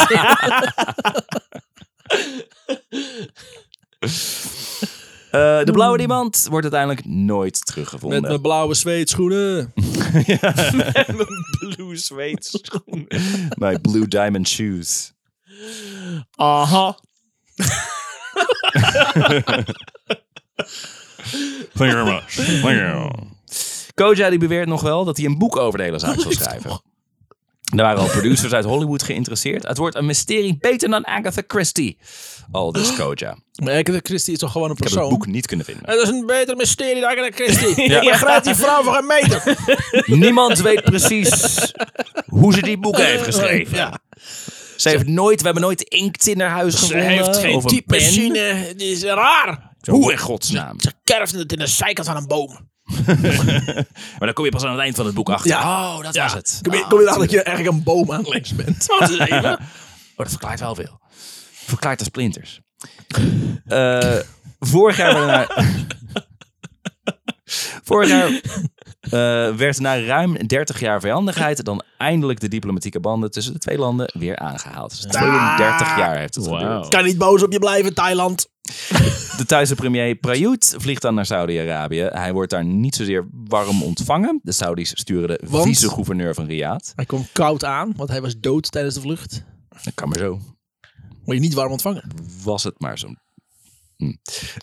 Uh, de blauwe diamant wordt uiteindelijk nooit teruggevonden. Met mijn blauwe zweetschoenen. Blue suede schoenen. My blue diamond shoes. Aha. Thank you very much. Thank you. Koja die beweert nog wel dat hij een boek over de hele zaak zal schrijven. Er waren al producers uit Hollywood geïnteresseerd. Het wordt een mysterie beter dan Agatha Christie. Aldus Koja. Maar Agatha Christie is toch gewoon een Ik heb persoon? het boek niet kunnen vinden. Het is een beter mysterie dan Agatha Christie. Ja. Je grijpt die vrouw voor een meter. Niemand weet precies hoe ze die boeken heeft geschreven. Ja. Ze heeft nooit, we hebben nooit inkt in haar huis Ze gevonden. heeft geen of een pen. typemachine. Die is raar. Hoe in godsnaam? Ze kerft het in de zijkant van een boom. Maar dan kom je pas aan het eind van het boek achter. Ja. Oh, dat Ja. was het. Kom je, Ah, kom je erachter dat je eigenlijk een boom aan het lezen bent? Wat is even? Oh, dat verklaart wel veel. Verklaart de splinters. Uh, vorig jaar werden naar... vorig jaar uh, werd na ruim dertig jaar vijandigheid dan eindelijk de diplomatieke banden tussen de twee landen weer aangehaald. Dus tweeëndertig jaar heeft het Wow. geduurd. Kan niet boos op je blijven, Thailand. De Thaise premier Prayut vliegt dan naar Saudi-Arabië. Hij wordt daar niet zozeer warm ontvangen. De Saudis sturen de Want? vice-gouverneur van Riyadh. Hij komt koud aan, want hij was dood tijdens de vlucht. Dat kan maar zo. Word je niet warm ontvangen. Was het maar zo. Hm.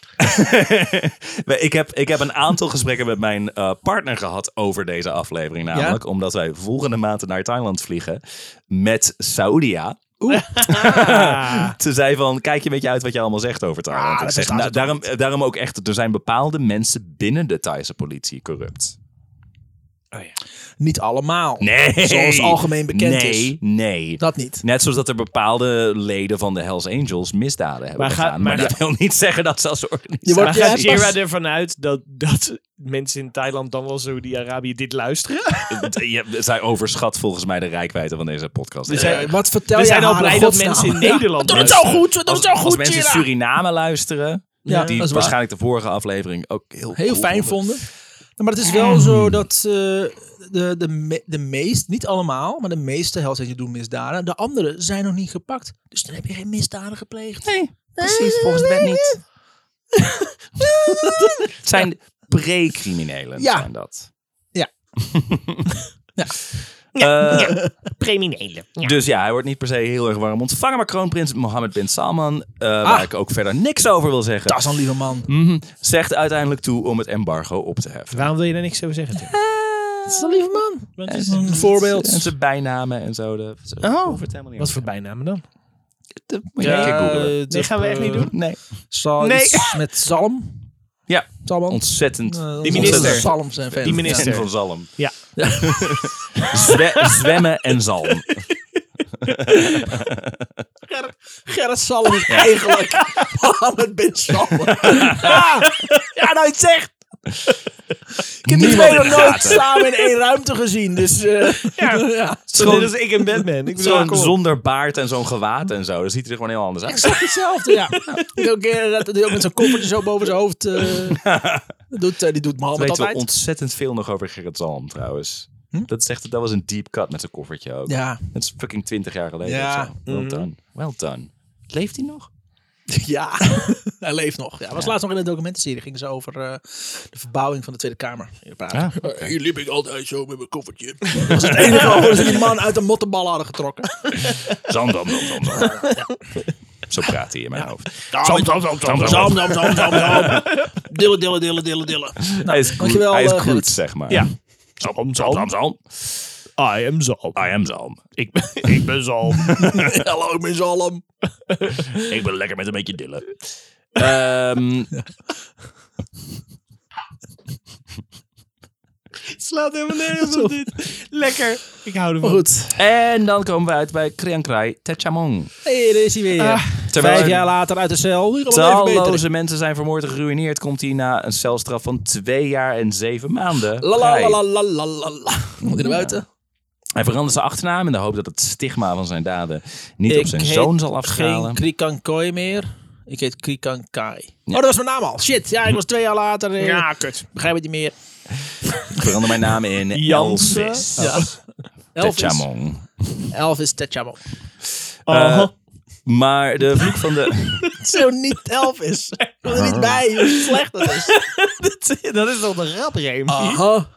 ik, heb, ik heb een aantal gesprekken met mijn uh, partner gehad over deze aflevering. Namelijk Ja? omdat wij volgende maand naar Thailand vliegen met Saudia. Ze zei van, kijk je een beetje uit wat je allemaal zegt over Thailand. Ah, ik dat zeg, bestaan nou, ze daarom, daarom ook echt, er zijn bepaalde mensen binnen de Thaise politie corrupt. Oh ja. Niet allemaal. Nee. Zoals algemeen bekend nee, is. Nee, nee. Dat niet. Net zoals dat er bepaalde leden van de Hells Angels misdaden hebben Maar ga- gedaan. Maar, maar dat wil niet zeggen dat ze als Je organisatie... wordt- Maar Ja, gaat pas- Ira ervan uit dat, dat mensen in Thailand dan wel Saudi-Arabië dit luisteren? Je, zij overschat volgens mij de reikwijdte van deze podcast. We zijn- Eh, Wat vertel We jij zijn al haar blij in dat godsnaam? mensen in Ja. Nederland We doen het zo luisteren. goed, we doen als, het zo als goed, mensen Gira. Suriname luisteren, Ja, die dat is waar. waarschijnlijk de vorige aflevering ook heel, Heel cool fijn vonden. Maar het is wel zo dat uh, de, de, me, de meest, niet allemaal, maar de meeste Hells Angels doen misdaden. De anderen zijn nog niet gepakt. Dus dan heb je geen misdaden gepleegd. Nee, precies. Volgens de wet niet. Het zijn pre-criminelen, Ja. zijn dat. Ja. ja. Uh, Criminelen. Ja. Dus ja, hij wordt niet per se heel erg warm ontvangen. Maar kroonprins Mohammed bin Salman, uh, waar ik ook verder niks over wil zeggen, Dat is een lieve man. mm, zegt uiteindelijk toe om het embargo op te heffen. Waarom wil je daar niks over zeggen, Tim? Dat is een lieve man. Wat, En- is, Een voorbeeld. En zijn bijnamen en zo. De, zo Oh. hoeft het helemaal niet wat over. voor bijnamen dan? Dat moet je een keer googlen. Die gaan we echt niet doen. Nee. Zal Nee. iets met zalm. Ja, Salman. ontzettend. Uh, Die minister. onze Zalm zijn fan. Die minister. En van zalm. Ja. Zwe- zwemmen en zalm. Gerrit, Gerrit Salm is eigenlijk Mohammed bin Salman. ja, ja, nou je het zegt. Ik heb die Niemand twee in nog de nooit gaten. samen in één ruimte gezien. Dus uh, ja. ja. Zo, dit is ik en Batman. Ik bedoel, Zo'n kom op. zonder baard en zo'n gewaad en zo. Dat ziet er gewoon heel anders uit. Exact hetzelfde, ja. Die ook, uh, dat hij ook met zo'n koffertje zo boven zijn hoofd. Uh, doet, uh, die doet Mohammed Weet we altijd. ontzettend veel nog over Gerrit Zalm trouwens. Hm? Dat, is echt, dat was een deep cut met zijn koffertje ook. Ja. Dat is fucking twintig jaar geleden Ja. of zo. Well Mhm. done. Well done. Leeft hij nog? Ja, hij leeft nog. Ja, was laatst nog in een documentenserie. Gingen ze over uh, de verbouwing van de Tweede Kamer. Hier, praten. Ja. Uh, hier liep ik altijd zo met mijn koffertje. Dat was het enige over dat ze die man uit de mottenbal hadden getrokken. Zam, zam, zam, zam, zam. Zo praat hij in mijn hoofd. Zam, zam, zam, zam, zam, zam, zam, zam, zam. Dillen, dillen, dillen, dillen, dillen. Hij is, Groot, dankjewel, hij is uh, Groot, Gerrit. zeg maar. Ja. Zalm, zalm, zalm, zalm. I am Zalm. I am Zalm. Ik ben, ik ben Zalm. Hallo, ik ben Zalm. Ik ben lekker met een beetje dillen. Ehm Slaat helemaal nergens op dit. Lekker. Ik hou ervan. Maar goed. en dan komen we uit bij Kriankrai Techamong. Hé, daar is hij weer. Ah, terwijl Vijf er jaar later uit de cel. Nu gaan we even Talloze beter. mensen zijn vermoord en geruïneerd. Komt hij na een celstraf van twee jaar en zeven maanden. La la vrij. la la la la la. Moet hij naar buiten? Hij verandert zijn achternaam in de hoop dat het stigma van zijn daden niet op Ik zijn heet zoon zal Geen afstralen. Krikankooi meer. Ik heet Krikankai. Ja. Oh, dat was mijn naam al. Shit. Ja, ik was twee jaar later. eh, Ja, kut. Begrijp het niet meer. Ik verander mijn naam in Jansen. Elvis. Ja. Elvis. Techamong. Elvis Techamong. Eh, Oh. maar de vloek van de... Zo niet Elvis. Ik wil er niet bij hoe slecht dat is. dat, dat is toch de grap, Remy? Aha.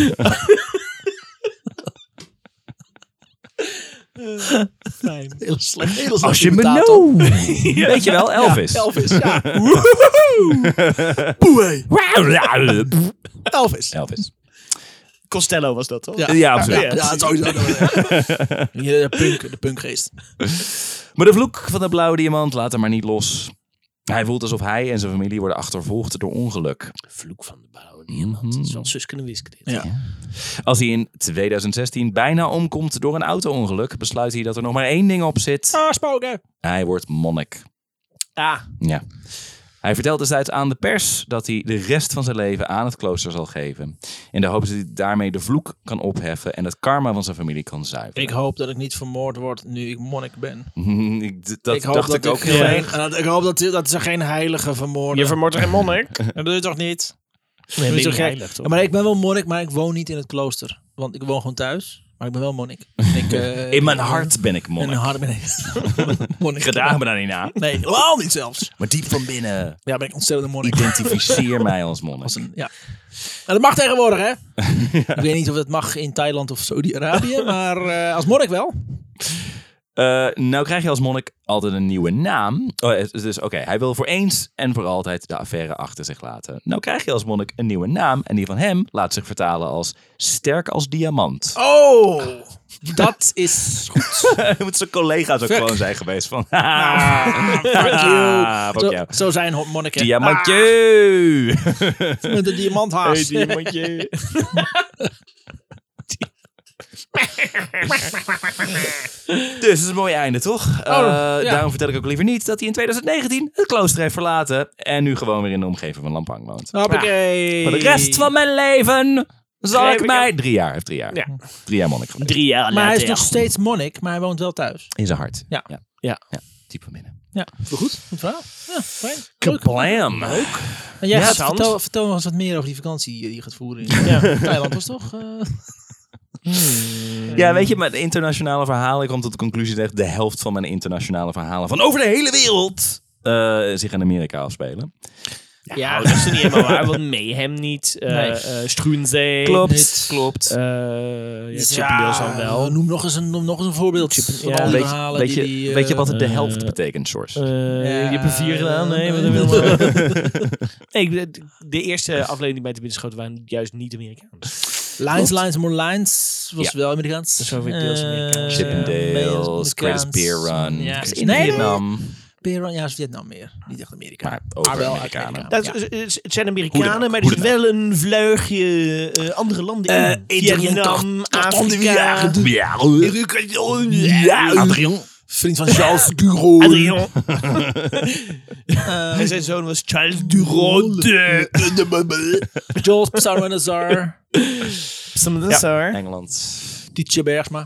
Fijn. Heel slecht. Heel slecht Als je me imitator. nou... Weet je wel, Elvis. Ja, Elvis, ja. Boeie. Elvis. Elvis. Costello was dat, toch? Ja, Ja, absoluut. Ja, ja, sowieso. Hier, de punk, de punkgeest. Maar de vloek van de blauwe diamant laat hem maar niet los. Hij voelt alsof hij en zijn familie worden achtervolgd door ongeluk. Vloek van de blauwe diamant. Dat is wel Suske en Wiske dit. Ja. Als hij in tweeduizend zestien bijna omkomt door een auto-ongeluk, besluit hij dat er nog maar één ding op zit. Ah, spoken. Hij wordt monnik. Ah, Ja. Hij vertelt destijds aan de pers dat hij de rest van zijn leven aan het klooster zal geven. In de hoop dat hij daarmee de vloek kan opheffen en het karma van zijn familie kan zuiveren. Ik hoop dat ik niet vermoord word nu ik monnik ben. Ik- dat ik hoop dacht dat ik ook. geen, uh, ik hoop dat, dat ze geen heilige vermoorden. je vermoordt geen monnik? Dat doe je toch niet? Nee, Doe je ben toch je gek? heilig, toch? Ja, maar ik ben wel monnik, maar ik woon niet in het klooster. Want ik woon gewoon thuis, maar ik ben wel monnik. Ik, uh, In mijn hart ben ik In monnik. mijn hart ben ik monnik. Ik gedraag me daar niet na. Nee, helemaal niet zelfs. Maar diep van binnen Ja, ben ik ontzettend monnik. identificeer mij als monnik. Als een, ja. Nou, dat mag tegenwoordig, hè? Ik weet niet of dat mag in Thailand of Saudi-Arabië, maar uh, als monnik wel. Uh, nou krijg je als monnik altijd een nieuwe naam. Oh, dus oké, okay, hij wil voor eens en voor altijd de affaire achter zich laten. Nou krijg je als monnik een nieuwe naam en die van hem laat zich vertalen als sterk als diamant. Oh, dat is goed. Moet zijn collega's ook Fuck. gewoon zijn geweest van... Ah, fuck you. Ah, fuck Zo, jou. zo zijn monniken. Diamantje! Ah, met de diamanthaas. Hey, diamantje. Dus het is een mooi einde, toch? Uh, ja. Daarom vertel ik ook liever niet dat hij in twintig negentien het klooster heeft verlaten en nu gewoon weer in de omgeving van Lampang woont. Hoppakee. Voor de rest van mijn leven zal Schrijf ik ik mij... Drie jaar, heeft drie jaar. Ja. Drie jaar monnik geweest. Drie jaar Maar hij is later. nog steeds monnik, maar hij woont wel thuis. In zijn hart. Ja. Ja. Ja. ja. Diep van binnen. Ja, goed. Goed verhaal. Ja, fijn. Leuk. Kablam. En jij Ja, gaat, Sans. vertel, vertel nog eens wat meer over die vakantie die je gaat voeren in ja. Thailand. Was toch? Uh... Ja, weet je, met internationale verhalen, ik kom tot de conclusie dat de helft van mijn internationale verhalen van over de hele wereld uh, zich in Amerika afspelen. Ja, Ja. oh, dat is toch niet helemaal waar. Want Mayhem niet. Uh, Nee. uh, Struenzee. Klopt, Niet. klopt. Uh, ja, Chippendales dan wel. Noem nog eens een, noem nog eens een voorbeeld van ja, al die Weet, verhalen. weet, je, die, die, uh, weet je wat het de eh, helft betekent, Sjors? Uh, Ja. Je hebt er vier gedaan? Nee, wat Nee. wil nee, ik- de eerste aflevering die mij te binnen schoten waren juist niet Amerikaans. Lines, Lines, More Lines was Ja. wel Amerikaans. Dat is wel weer deels Amerikaans. Chippendales, Greatest Beer Run. Ja. Dat is in Nee, Vietnam. Beer Run, ja, is Vietnam meer. Niet echt Amerika. Maar over wel Amerikanen. uit Dat Ja. is, is- het zijn Hoe Amerikanen, dan ook, maar er hoe zit dan wel een vleugje uh, andere landen in. Eh, Vietnam, Afrika. Ja, Adrian. Vriend van Charles Guro. Adrian. Uh, En zijn zoon was Charles Durand. Jules Psaronazar. Ja. Engeland. Tietje Bergsma.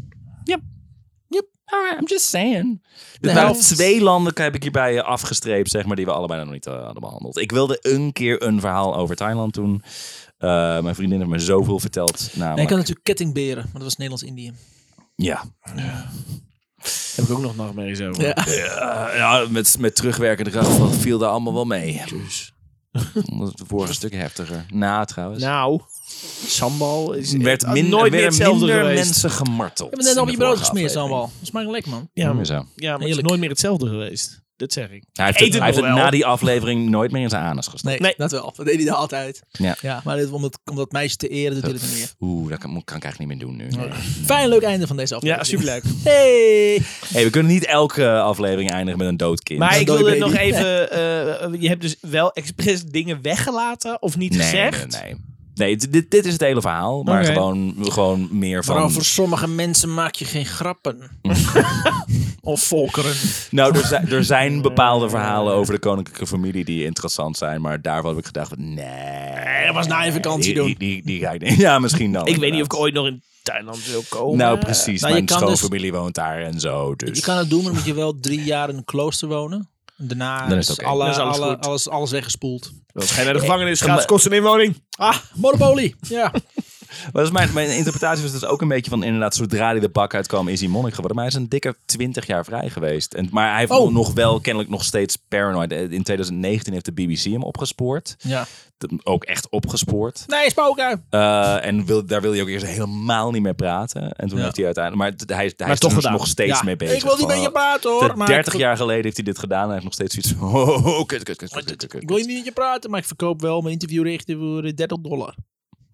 I'm just saying. De Dus nou, helft. twee landen heb ik hierbij afgestreept, zeg maar, die we allebei nog niet uh, hadden behandeld. Ik wilde een keer een verhaal over Thailand doen. Uh, mijn vriendin heeft me zoveel verteld. En ik Namelijk, had natuurlijk kettingberen, maar dat was Nederlands-Indië. ja. Heb ik ook nog nachtmerries over. Ja. Ja, ja, met, met terugwerkende kracht viel daar allemaal wel mee. Dat het vorige stuk heftiger. Na trouwens. Nou, sambal is Er werd het min, nooit er meer werden hetzelfde minder geweest. mensen gemarteld. Ik heb net op in je de brood vorige gesmeerd aflevering. allemaal. Dat smaakt lekker, man. Ja, Meer zo. ja, maar het is Heerlijk. nooit meer hetzelfde geweest. Dat zeg ik. Hij heeft Eet het, het hij heeft nog het wel. na die aflevering nooit meer in zijn anus gestopt. Nee, Nee. dat wel. Dat deed hij altijd. Ja. Ja, maar dit, om, dat, om dat meisje te eren, doet hij het niet meer. Oeh, dat kan, kan ik eigenlijk niet meer doen nu. Nee. Fijn, leuk einde van deze aflevering. Ja, superleuk. Hey! Hey, we kunnen niet elke aflevering eindigen met een dood kind. Maar ik dode wilde baby. nog even... eh, je hebt dus wel expres dingen weggelaten of niet nee, gezegd? nee, nee. Nee, dit, dit is het hele verhaal. Maar Oké. gewoon, gewoon meer van... Maar over sommige mensen maak je geen grappen. of volkeren. Nou, er zijn, er zijn bepaalde verhalen over de koninklijke familie die interessant zijn. Maar daarvan heb ik gedacht, van, nee. dat was na je vakantie die, doen. Die, die, die ga ik niet. Ja, misschien dan. Ik weet niet of ik inderdaad. ooit nog in Thailand wil komen. Nou, precies. Nou, je Mijn kan dus- schoonfamilie woont daar en zo. Dus. Je kan het doen, maar dan moet je wel drie jaar in een klooster wonen. Daarna Dan is is, het oké. alle, Dan is alles alle, goed. alles, alles weggespoeld. Als ga je naar de gevangenis, maar- gratis kosten een inwoning. Ah, Monopoly. Ja. Maar dat is mijn, mijn interpretatie was dus ook een beetje van inderdaad, zodra hij de bak uitkwam, is hij monnik geworden. Maar hij is een dikke twintig jaar vrij geweest. En, maar hij heeft Oh. nog wel kennelijk nog steeds paranoid. In twintig negentien heeft de B B C hem opgespoord. ja. De- Ook echt opgespoord. Nee, spoken. Uh, en wil, daar wil hij ook eerst helemaal niet mee praten. En toen Ja. heeft hij uiteindelijk... Maar t- hij, hij Maar is toch er dus gedaan. nog steeds Ja. mee bezig. Ik wil niet Van, met je praten hoor. de maar dertig ik, jaar geleden heeft hij dit gedaan. En hij heeft nog steeds zoiets van... Oh, kut, kut, kut, kut, kut, kut, Ik wil niet met je praten, maar ik verkoop wel mijn interviewrechten voor eh, dertig dollar.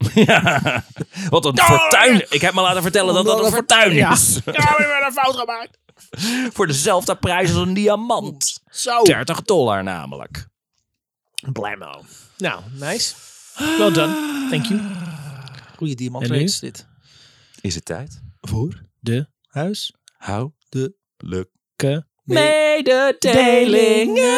Ja. Wat een fortuin. Ik heb me laten vertellen dat dat een fortuin Ja, is. ja, we hebben een fout gemaakt. Voor dezelfde prijs als een diamant. Zo. dertig dollar namelijk. Blammo. Nou, nice. Well done. Thank you. Goeie diamant En nu? race dit. Is het tijd? Voor De huis. Hou De luk. ke... Mededelingen.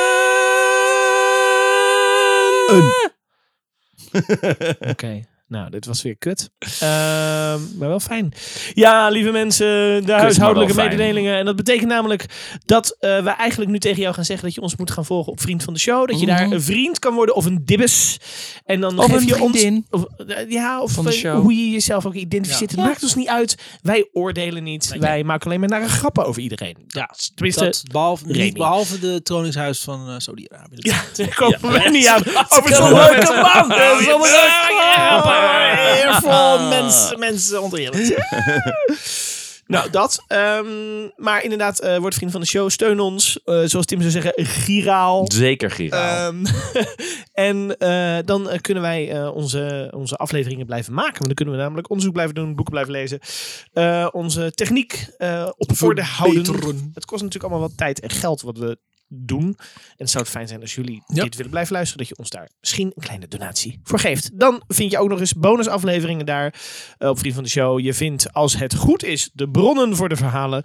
Oké, nou, dit was weer kut. Ehm, maar wel fijn. Ja, lieve mensen, de huishoudelijke maar wel fijn. mededelingen. En dat betekent namelijk dat uh, we eigenlijk nu tegen jou gaan zeggen dat je ons moet gaan volgen op Vriend van de Show. Dat je daar een vriend kan worden of een dibbes. En dan Of geef een je ons... vriendin. Of, uh, ja, of Van de uh, show. hoe je jezelf ook identificeert. Ja. Het maakt ons niet uit. Wij oordelen niet. Nee. Wij maken alleen maar nare grappen over iedereen. Ja, Tenminste, dat, behalve, Remy. niet behalve de troningshuis van uh, Saudi-Arabië. ja, daar komen we niet aan. Over zo'n zo'n leuke man. man. Zo'n leuke Eervol Ah. mensen, mensen onteerlijk. Nou, dat. Um, maar inderdaad, uh, word vriend van de show. Steun ons. Uh, zoals Tim zou zeggen, giraal. Zeker, Giraal. Um, en uh, dan uh, kunnen wij uh, onze, onze afleveringen blijven maken. Want dan kunnen we namelijk onderzoek blijven doen, boeken blijven lezen. Uh, onze techniek uh, op orde houden. Verbeteren. Het kost natuurlijk allemaal wat tijd en geld wat we doen. En het zou het fijn zijn als jullie Ja. dit willen blijven luisteren. Dat je ons daar misschien een kleine donatie voor geeft. Dan vind je ook nog eens bonusafleveringen daar uh, op Vriend van de Show. Je vindt, als het goed is, de bronnen voor de verhalen.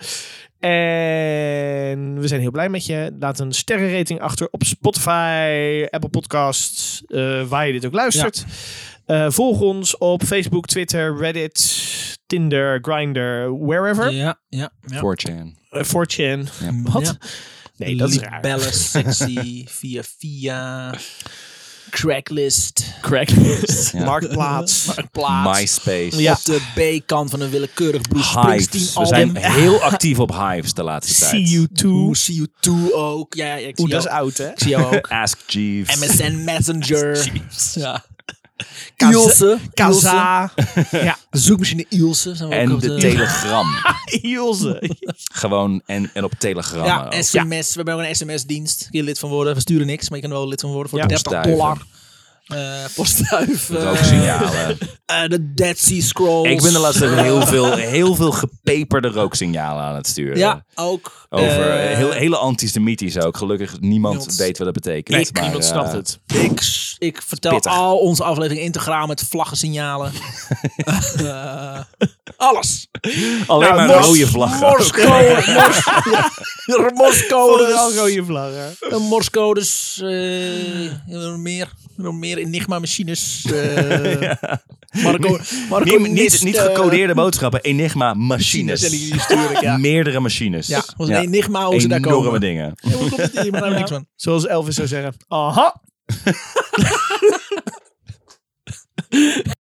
En we zijn heel blij met je. Laat een sterrenrating achter op Spotify, Apple Podcasts, uh, waar je dit ook luistert. Ja. Uh, volg ons op Facebook, Twitter, Reddit, Tinder, Grindr, wherever. Ja, ja. ja. four chan. Uh, four chan. Wat? Ja. Nee, dat is raar. Libelle sexy, via via, Craigslist, Craigslist. Ja. Marktplaats. Marktplaats, MySpace. Ja. op de B-kant van een willekeurig Bruce Hives. Springsteen We zijn album. heel actief op Hives de laatste tijd. See you too. Oeh, See You Too ook. Ja, ja, ik zie Oeh, dat is jou. oud, hè? Ik zie jou ook. Ask Jeeves. M S N Messenger. Ja. Kaza- Ilse. Kaza. Ja. De zoekmachine Ilse. Zijn we ook En op de Telegram. Ilse. Gewoon en, en op Telegram. Ja, ook. S M S. We hebben ook een S M S-dienst. Kun je lid van worden. We sturen niks, maar je kan er wel lid van worden voor Ja. dertig Postduiven. dollar. Uh, postduif. uh, Rooksignalen. uh, de Dead Sea Scrolls. Ik ben de laatste tijd heel veel, heel veel gepeperde rooksignalen aan het sturen. Ja, ook. Over Uh, heel, hele antisemitisch ook. Gelukkig niemand niemand- weet wat dat betekent. Nee, maar, niemand eh, snapt het. Ik, ik vertel Pittig. al onze afleveringen integraal met vlaggensignalen. uh, alles. Alleen Nou, maar Mos- rode vlaggen. Morscode. Mors, Vooral Morscodes. rode vlaggen. Uh, Morscodes. Uh, nog meer. Nog meer Enigma-machines. Uh, Marco, Marco Niet, niet, niet gecodeerde boodschappen. Enigma machines. machines. En die stuur ik, ja. Meerdere machines. Ja, was een Enigma hoe ze daar Enorme komen. dingen. Ja, hoe komt het hier? Maar daar heb ik niks van. Zoals Elvis zou zeggen. Aha.